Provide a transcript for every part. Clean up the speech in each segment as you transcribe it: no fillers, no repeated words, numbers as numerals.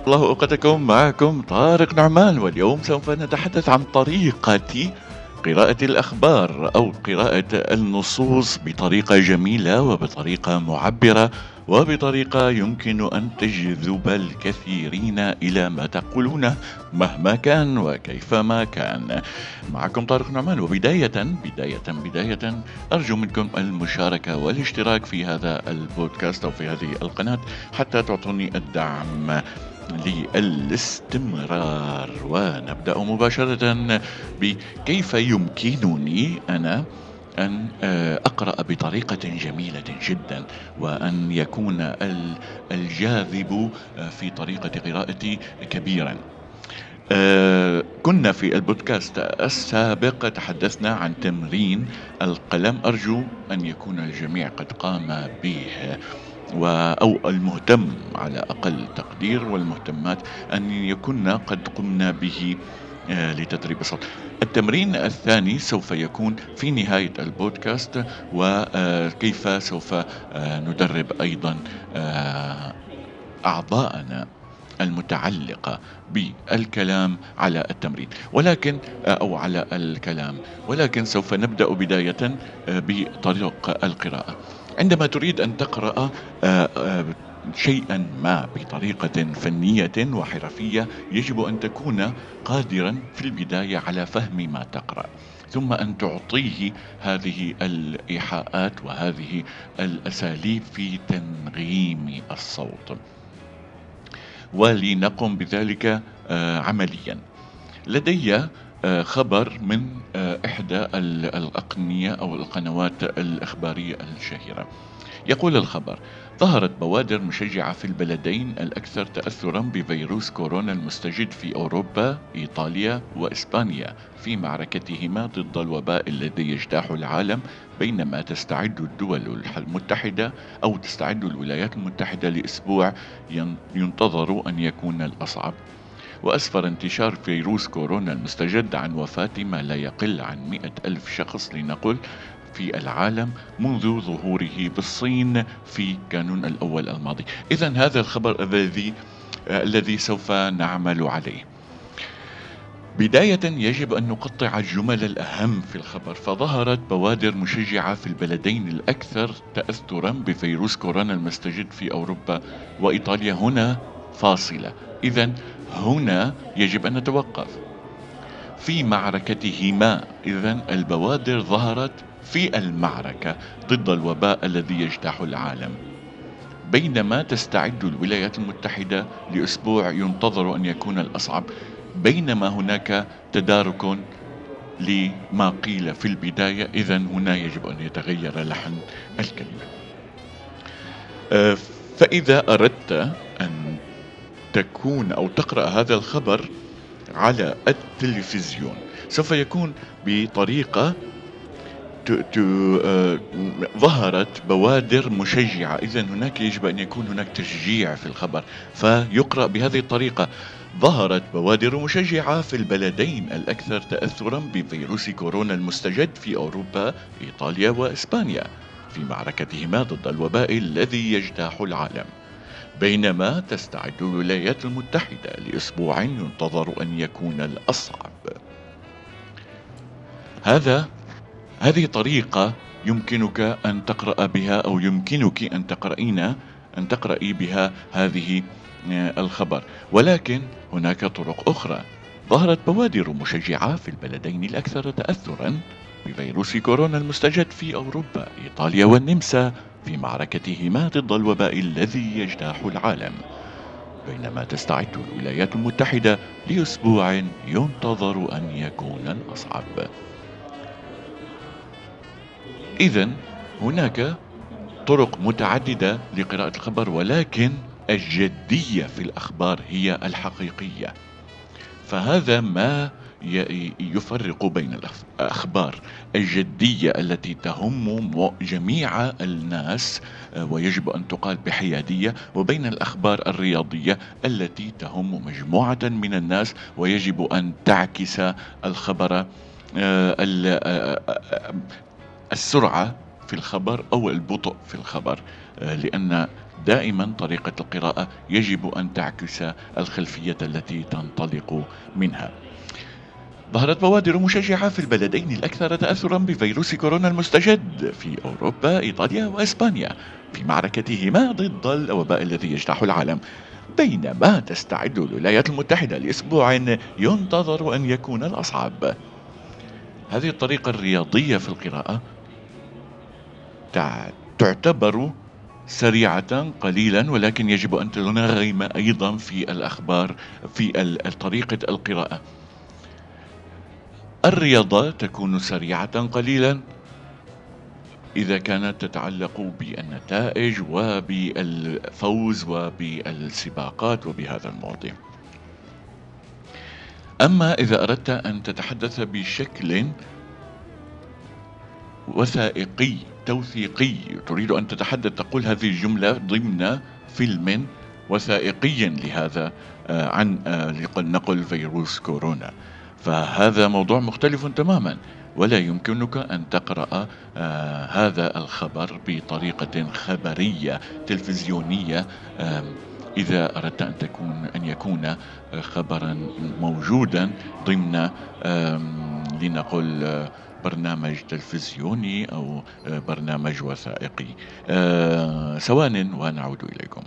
الله أوقاتكم. معكم طارق نعمان، واليوم سوف نتحدث عن طريقة قراءة الأخبار أو قراءة النصوص بطريقة جميلة وبطريقة معبرة وبطريقة يمكن أن تجذب الكثيرين إلى ما تقولونه مهما كان وكيفما كان. معكم طارق نعمان، وبداية أرجو منكم المشاركة والاشتراك في هذا البودكاست أو في هذه القناة حتى تعطوني الدعم للاستمرار. ونبدأ مباشرة بكيف يمكنني أنا أن أقرأ بطريقة جميلة جدا، وأن يكون الجاذب في طريقة قراءتي كبيرا. كنا في البودكاست السابق تحدثنا عن تمرين القلم، أرجو أن يكون الجميع قد قام به، أو المهتم على أقل تقدير والمهتمات أن يكون قد قمنا به لتدريب الصوت. التمرين الثاني سوف يكون في نهاية البودكاست، وكيف سوف ندرب أيضا أعضاءنا المتعلقة بالكلام على التمرين، ولكن أو على الكلام، ولكن سوف نبدأ بداية بطريق القراءة. عندما تريد أن تقرأ شيئا ما بطريقة فنية وحرفية، يجب أن تكون قادرا في البداية على فهم ما تقرأ، ثم أن تعطيه هذه الإيحاءات وهذه الأساليب في تنغيم الصوت، ولنقم بذلك عمليا. لدي خبر من إحدى الأقنية أو القنوات الإخبارية الشهيرة. يقول الخبر: ظهرت بوادر مشجعة في البلدين الأكثر تأثرا بفيروس كورونا المستجد في أوروبا، إيطاليا وإسبانيا، في معركتهما ضد الوباء الذي يجتاح العالم، بينما تستعد الدول المتحدة أو تستعد الولايات المتحدة لأسبوع ينتظر أن يكون الأصعب. وأسفر انتشار فيروس كورونا المستجد عن وفاة ما لا يقل عن 100,000 شخص لنقل في العالم منذ ظهوره بالصين في كانون الأول الماضي. إذن هذا الخبر الذي سوف نعمل عليه. بداية يجب أن نقطع الجمل الأهم في الخبر. فظهرت بوادر مشجعة في البلدين الأكثر تأثرا بفيروس كورونا المستجد في أوروبا وإيطاليا. هنا فاصلة، إذن هنا يجب أن نتوقف. في معركتهما، إذن البوادر ظهرت في المعركة ضد الوباء الذي يجتاح العالم، بينما تستعد الولايات المتحدة لأسبوع ينتظر أن يكون الأصعب، بينما هناك تدارك لما قيل في البداية. إذن هنا يجب أن يتغير لحن الكلمة. فإذا أردت أن تكون أو تقرأ هذا الخبر على التلفزيون، سوف يكون بطريقة ظهرت بوادر مشجعة. إذن هناك يجب أن يكون هناك تشجيع في الخبر، فيقرأ بهذه الطريقة: ظهرت بوادر مشجعة في البلدين الأكثر تأثرا بفيروس كورونا المستجد في أوروبا، إيطاليا وإسبانيا، في معركتهما ضد الوباء الذي يجتاح العالم، بينما تستعد الولايات المتحدة لأسبوع ينتظر أن يكون الأصعب. هذه طريقة يمكنك أن تقرأ بها، أو يمكنك أن تقرأي بها هذه الخبر. ولكن هناك طرق أخرى. ظهرت بوادر مشجعة في البلدين الأكثر تأثرا بفيروس كورونا المستجد في أوروبا، إيطاليا والنمسا، في معركتهما ضد الوباء الذي يجتاح العالم، بينما تستعد الولايات المتحدة لأسبوع ينتظر أن يكون الأصعب. إذن هناك طرق متعددة لقراءة الخبر، ولكن الجدية في الأخبار هي الحقيقية. فهذا ما يفرق بين الأخبار الجدية التي تهم جميع الناس ويجب أن تقال بحيادية، وبين الأخبار الرياضية التي تهم مجموعة من الناس ويجب أن تعكس الخبر السرعة في الخبر أو البطء في الخبر، لأن دائما طريقة القراءة يجب أن تعكس الخلفية التي تنطلق منها. ظهرت بوادر مشجعة في البلدين الأكثر تأثرا بفيروس كورونا المستجد في أوروبا، إيطاليا وإسبانيا، في معركتهما ضد الوباء الذي يجتاح العالم. بينما تستعد الولايات المتحدة لأسبوع ينتظر أن يكون الأصعب. هذه الطريقة الرياضية في القراءة تعتبر سريعة قليلا، ولكن يجب أن تنغم أيضا في الأخبار في طريقة القراءة. الرياضة تكون سريعة قليلا إذا كانت تتعلق بالنتائج وبالفوز وبالسباقات وبهذا المواضيع. أما إذا أردت أن تتحدث بشكل وثائقي توثيقي، تريد أن تتحدث تقول هذه الجملة ضمن فيلم وثائقي لهذا عن لنقل فيروس كورونا، فهذا موضوع مختلف تماما، ولا يمكنك أن تقرأ هذا الخبر بطريقة خبرية تلفزيونية إذا أردت أن يكون خبرا موجودا ضمن لنقل برنامج تلفزيوني أو برنامج وثائقي. ثوان ونعود إليكم.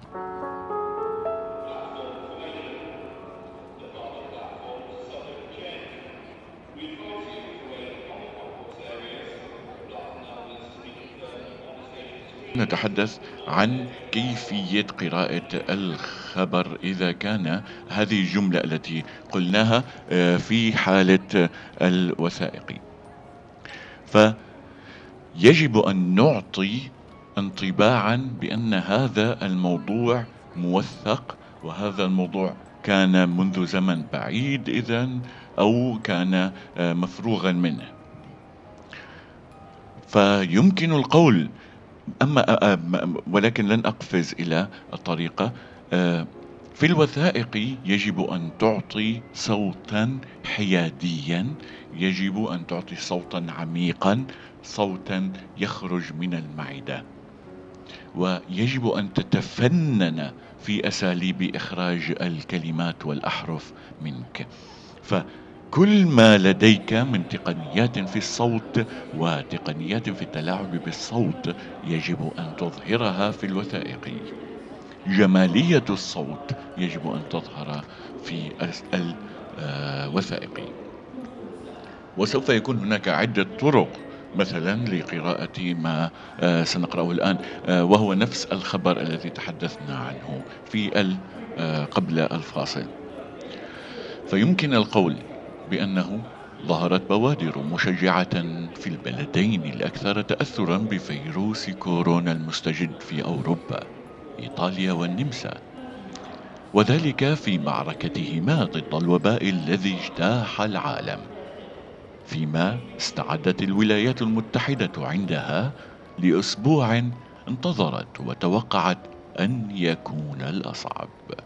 نتحدث عن كيفية قراءة الخبر إذا كان هذه الجملة التي قلناها في حالة الوثائقي، فيجب أن نعطي انطباعا بأن هذا الموضوع موثق، وهذا الموضوع كان منذ زمن بعيد إذن، أو كان مفروغا منه. فيمكن القول ولكن لن أقفز إلى الطريقة. في الوثائق يجب أن تعطي صوتا حياديا، يجب أن تعطي صوتا عميقا، صوتا يخرج من المعدة، ويجب أن تتفنن في أساليب إخراج الكلمات والأحرف منك. كل ما لديك من تقنيات في الصوت وتقنيات في التلاعب بالصوت يجب أن تظهرها في الوثائق. جمالية الصوت يجب أن تظهر في الوثائق. وسوف يكون هناك عدة طرق مثلا لقراءة ما سنقرأه الآن، وهو نفس الخبر الذي تحدثنا عنه في قبل الفاصل. فيمكن القول بأنه ظهرت بوادر مشجعة في البلدين الأكثر تأثرا بفيروس كورونا المستجد في أوروبا، إيطاليا والنمسا، وذلك في معركتهما ضد الوباء الذي اجتاح العالم، فيما استعدت الولايات المتحدة عندها لأسبوع انتظرت وتوقعت أن يكون الأصعب.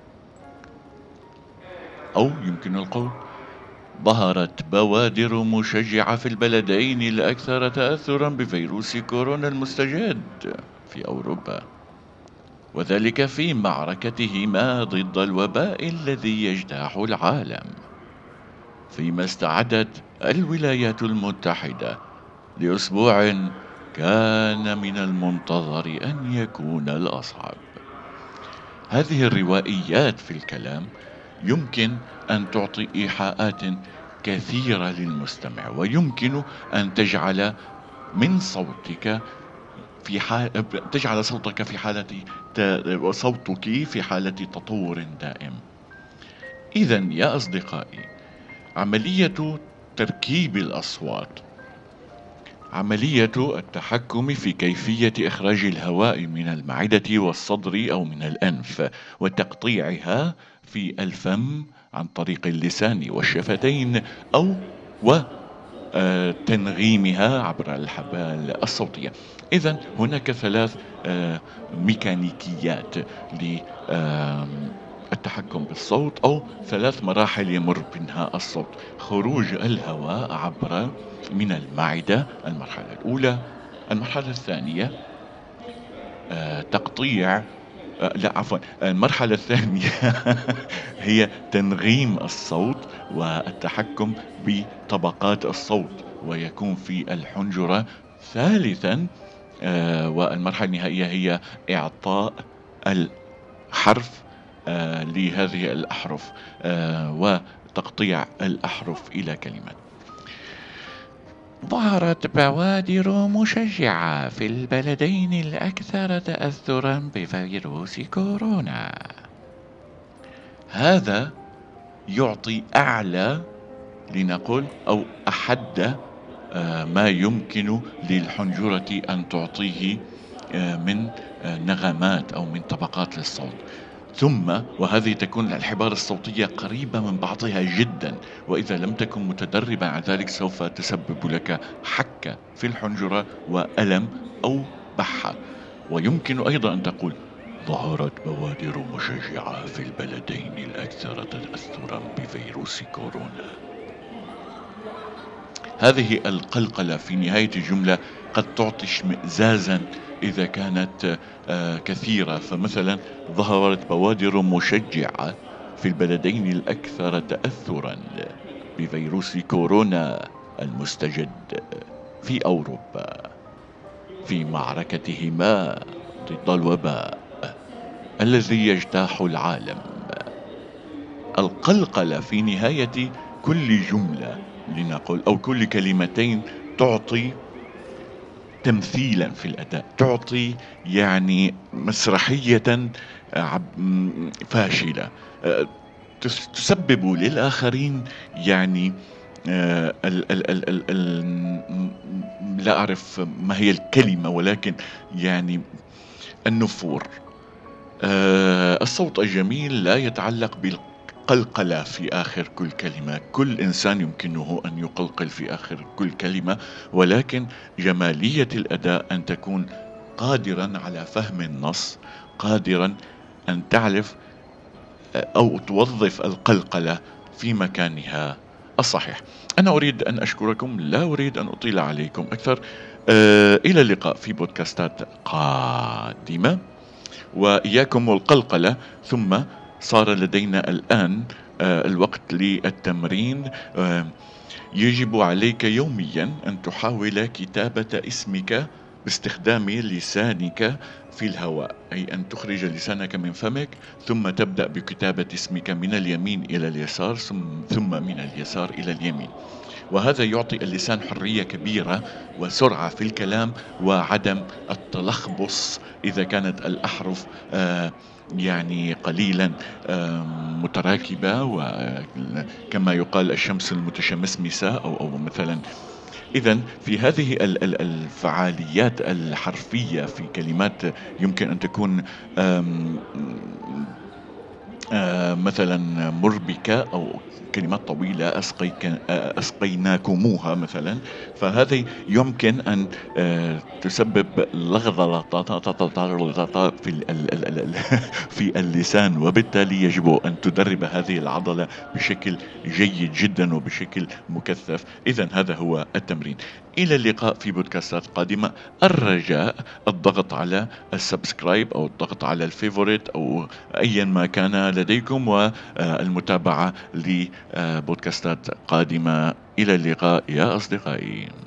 أو يمكن القول ظهرت بوادر مشجعة في البلدين الأكثر تأثرا بفيروس كورونا المستجد في أوروبا، وذلك في معركتهما ضد الوباء الذي يجتاح العالم، فيما استعدت الولايات المتحدة لأسبوع كان من المنتظر أن يكون الأصعب. هذه الروائيات في الكلام يمكن أن تعطي إيحاءات كثيرة للمستمع، ويمكن أن تجعل من صوتك تجعل صوتك في حالة صوتك في حالة تطور دائم. إذن يا أصدقائي، عملية تركيب الأصوات، عملية التحكم في كيفية إخراج الهواء من المعدة والصدر أو من الأنف وتقطيعها في الفم عن طريق اللسان والشفتين أو وتنغيمها عبر الحبال الصوتية. إذن هناك ثلاث ميكانيكيات للتحكم بالصوت، أو ثلاث مراحل يمر منها الصوت: خروج الهواء من المعدة المرحلة الأولى، المرحلة الثانية تقطيع لا عفوا، المرحلة الثانية هي تنغيم الصوت والتحكم بطبقات الصوت، ويكون في الحنجرة. ثالثا والمرحلة النهائية هي إعطاء الحرف لهذه الأحرف وتقطيع الأحرف إلى كلمات. ظهرت بوادر مشجعة في البلدين الأكثر تأثرا بفيروس كورونا. هذا يعطي أعلى، لنقل، أو أحد ما يمكن للحنجرة أن تعطيه من نغمات أو من طبقات للصوت. ثم وهذه تكون الحبار الصوتية قريبة من بعضها جدا، وإذا لم تكن متدربا على ذلك سوف تسبب لك حكة في الحنجرة وألم أو بحة. ويمكن أيضا أن تقول: ظهرت بوادر مشجعة في البلدين الأكثر تأثرا بفيروس كورونا. هذه القلقلة في نهاية الجملة قد تعطي اشمئزازا إذا كانت كثيرة. فمثلا: ظهرت بوادر مشجعة في البلدين الأكثر تأثرا بفيروس كورونا المستجد في أوروبا في معركتهما ضد الوباء الذي يجتاح العالم. القلقلة في نهاية كل جملة، لنقل، أو كل كلمتين، تعطي تمثيلا في الأداء، تعطي يعني مسرحية فاشلة تسبب للآخرين يعني لا أعرف ما هي الكلمة، ولكن يعني النفور. الصوت الجميل لا يتعلق بالقلقلة في آخر كل كلمة. كل إنسان يمكنه أن يقلقل في آخر كل كلمة، ولكن جمالية الأداء أن تكون قادرا على فهم النص، قادرا أن تعرف أو توظف القلقلة في مكانها الصحيح. أنا أريد أن أشكركم، لا أريد أن أطيل عليكم أكثر. إلى اللقاء في بودكاستات قادمة، وإياكم والقلقلة. ثم صار لدينا الآن الوقت للتمرين. يجب عليك يوميا أن تحاول كتابة اسمك باستخدام لسانك في الهواء، أي أن تخرج لسانك من فمك، ثم تبدأ بكتابة اسمك من اليمين إلى اليسار، ثم من اليسار إلى اليمين. وهذا يعطي اللسان حرية كبيرة وسرعة في الكلام، وعدم التلخبص إذا كانت الأحرف يعني قليلا متراكبة، وكما يقال الشمس المتشمسمسة أو مثلا. إذا في هذه الفعاليات الحرفية في كلمات يمكن أن تكون مثلا مربكة، أو كلمات طويلة أسقيناكموها مثلا، فهذه يمكن أن تسبب لغضة في اللسان، وبالتالي يجب أن تدرب هذه العضلة بشكل جيد جدا وبشكل مكثف. إذا هذا هو التمرين. إلى اللقاء في بودكاستات قادمة. الرجاء الضغط على السبسكرايب أو الضغط على الفيفوريت أو أيا ما كان لديكم، والمتابعة لبودكاستات قادمة. إلى اللقاء يا أصدقائي.